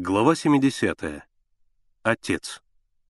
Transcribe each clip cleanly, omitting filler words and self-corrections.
Глава 70. Отец.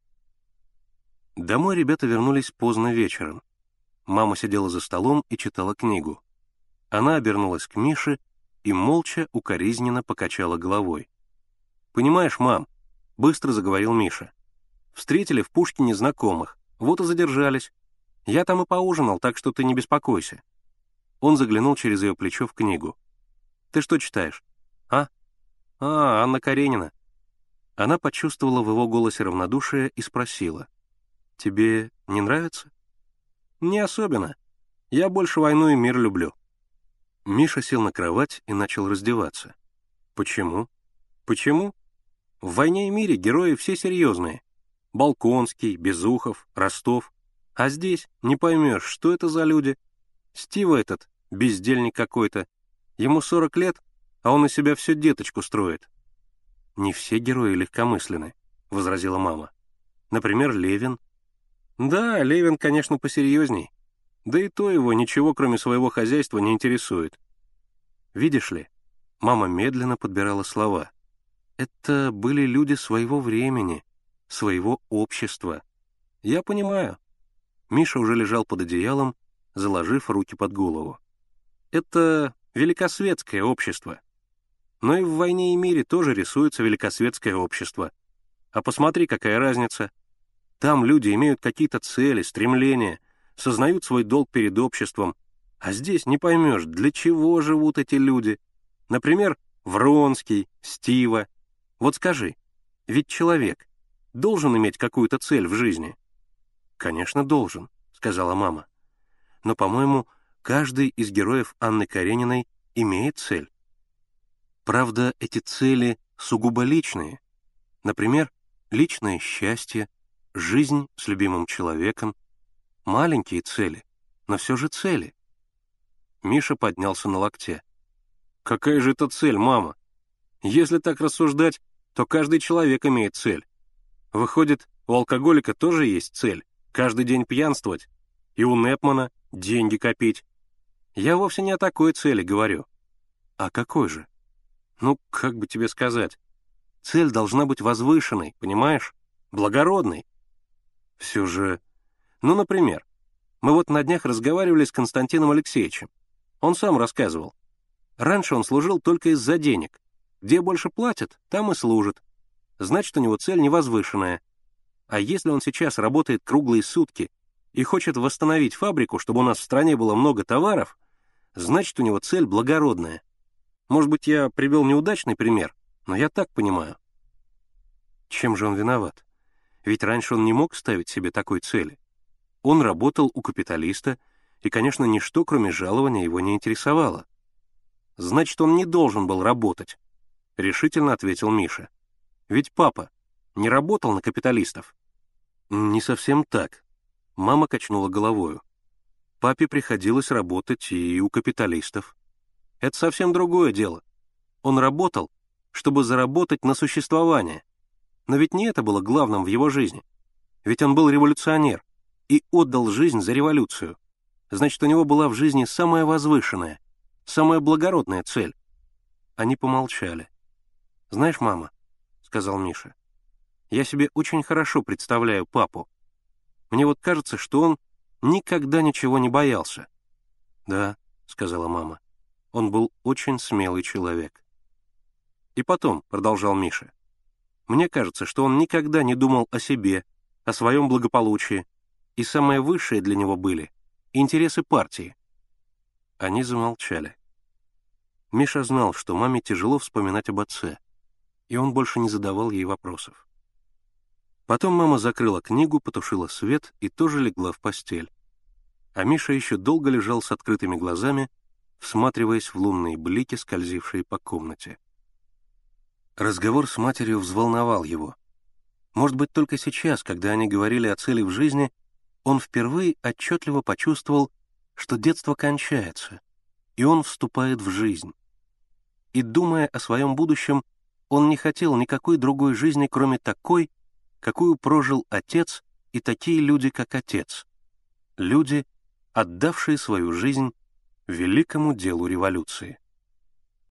Домой ребята вернулись поздно вечером. Мама сидела за столом и читала книгу. Она обернулась к Мише и молча, укоризненно покачала головой. «Понимаешь, мам», — быстро заговорил Миша, — «встретили в Пушкине знакомых, вот и задержались. Я там и поужинал, так что ты не беспокойся». Он заглянул через ее плечо в книгу. «Ты что читаешь? А? Анна Каренина». Она почувствовала в его голосе равнодушие и спросила: «Тебе не нравится?» «Не особенно. Я больше войну и мир люблю». Миша сел на кровать и начал раздеваться. «Почему?» «Почему? В «Войне и мире» герои все серьезные. Болконский, Безухов, Ростов. А здесь не поймешь, что это за люди. Стива этот, бездельник какой-то. Ему 40 лет, а он из себя всю деточку строит». «Не все герои легкомысленны», — возразила мама. «Например, Левин». «Да, Левин, конечно, посерьезней. Да и то его ничего, кроме своего хозяйства, не интересует. Видишь ли», — мама медленно подбирала слова, «это были люди своего времени, своего общества. Я понимаю». Миша уже лежал под одеялом, заложив руки под голову. «Это великосветское общество. Но и в «Войне и мире» тоже рисуется великосветское общество. А посмотри, какая разница. Там люди имеют какие-то цели, стремления, сознают свой долг перед обществом. А здесь не поймешь, для чего живут эти люди. Например, Вронский, Стива. Вот скажи, ведь человек должен иметь какую-то цель в жизни?» «Конечно, должен», — сказала мама. «Но, по-моему, каждый из героев Анны Карениной имеет цель. Правда, эти цели сугубо личные. Например, личное счастье, жизнь с любимым человеком. Маленькие цели, но все же цели». Миша поднялся на локте. «Какая же это цель, мама? Если так рассуждать, то каждый человек имеет цель. Выходит, у алкоголика тоже есть цель — каждый день пьянствовать, и у Непмана — деньги копить. Я вовсе не о такой цели говорю». «А какой же?» «Ну, как бы тебе сказать? Цель должна быть возвышенной, понимаешь? Благородной. Все же... Ну, например, мы вот на днях разговаривали с Константином Алексеевичем. Он сам рассказывал. Раньше он служил только из-за денег. Где больше платят, там и служит. Значит, у него цель невозвышенная. А если он сейчас работает круглые сутки и хочет восстановить фабрику, чтобы у нас в стране было много товаров, значит, у него цель благородная. Может быть, я привел неудачный пример, но я так понимаю». Чем же он виноват? Ведь раньше он не мог ставить себе такой цели. Он работал у капиталиста, и, конечно, ничто, кроме жалования, его не интересовало. «Значит, он не должен был работать», — решительно ответил Миша. «Ведь папа не работал на капиталистов». «Не совсем так», — мама качнула головою. «Папе приходилось работать и у капиталистов. Это совсем другое дело. Он работал, чтобы заработать на существование. Но ведь не это было главным в его жизни. Ведь он был революционер и отдал жизнь за революцию. Значит, у него была в жизни самая возвышенная, самая благородная цель». Они помолчали. «Знаешь, мама», — сказал Миша, — «я себе очень хорошо представляю папу. Мне вот кажется, что он никогда ничего не боялся». «Да», — сказала мама, — «он был очень смелый человек». «И потом», — продолжал Миша, — «мне кажется, что он никогда не думал о себе, о своем благополучии, и самое высшее для него были интересы партии». Они замолчали. Миша знал, что маме тяжело вспоминать об отце, и он больше не задавал ей вопросов. Потом мама закрыла книгу, потушила свет и тоже легла в постель. А Миша еще долго лежал с открытыми глазами, всматриваясь в лунные блики, скользившие по комнате. Разговор с матерью взволновал его. Может быть, только сейчас, когда они говорили о цели в жизни, он впервые отчетливо почувствовал, что детство кончается, и он вступает в жизнь. И, думая о своем будущем, он не хотел никакой другой жизни, кроме такой, какую прожил отец и такие люди, как отец. Люди, отдавшие свою жизнь великому делу революции.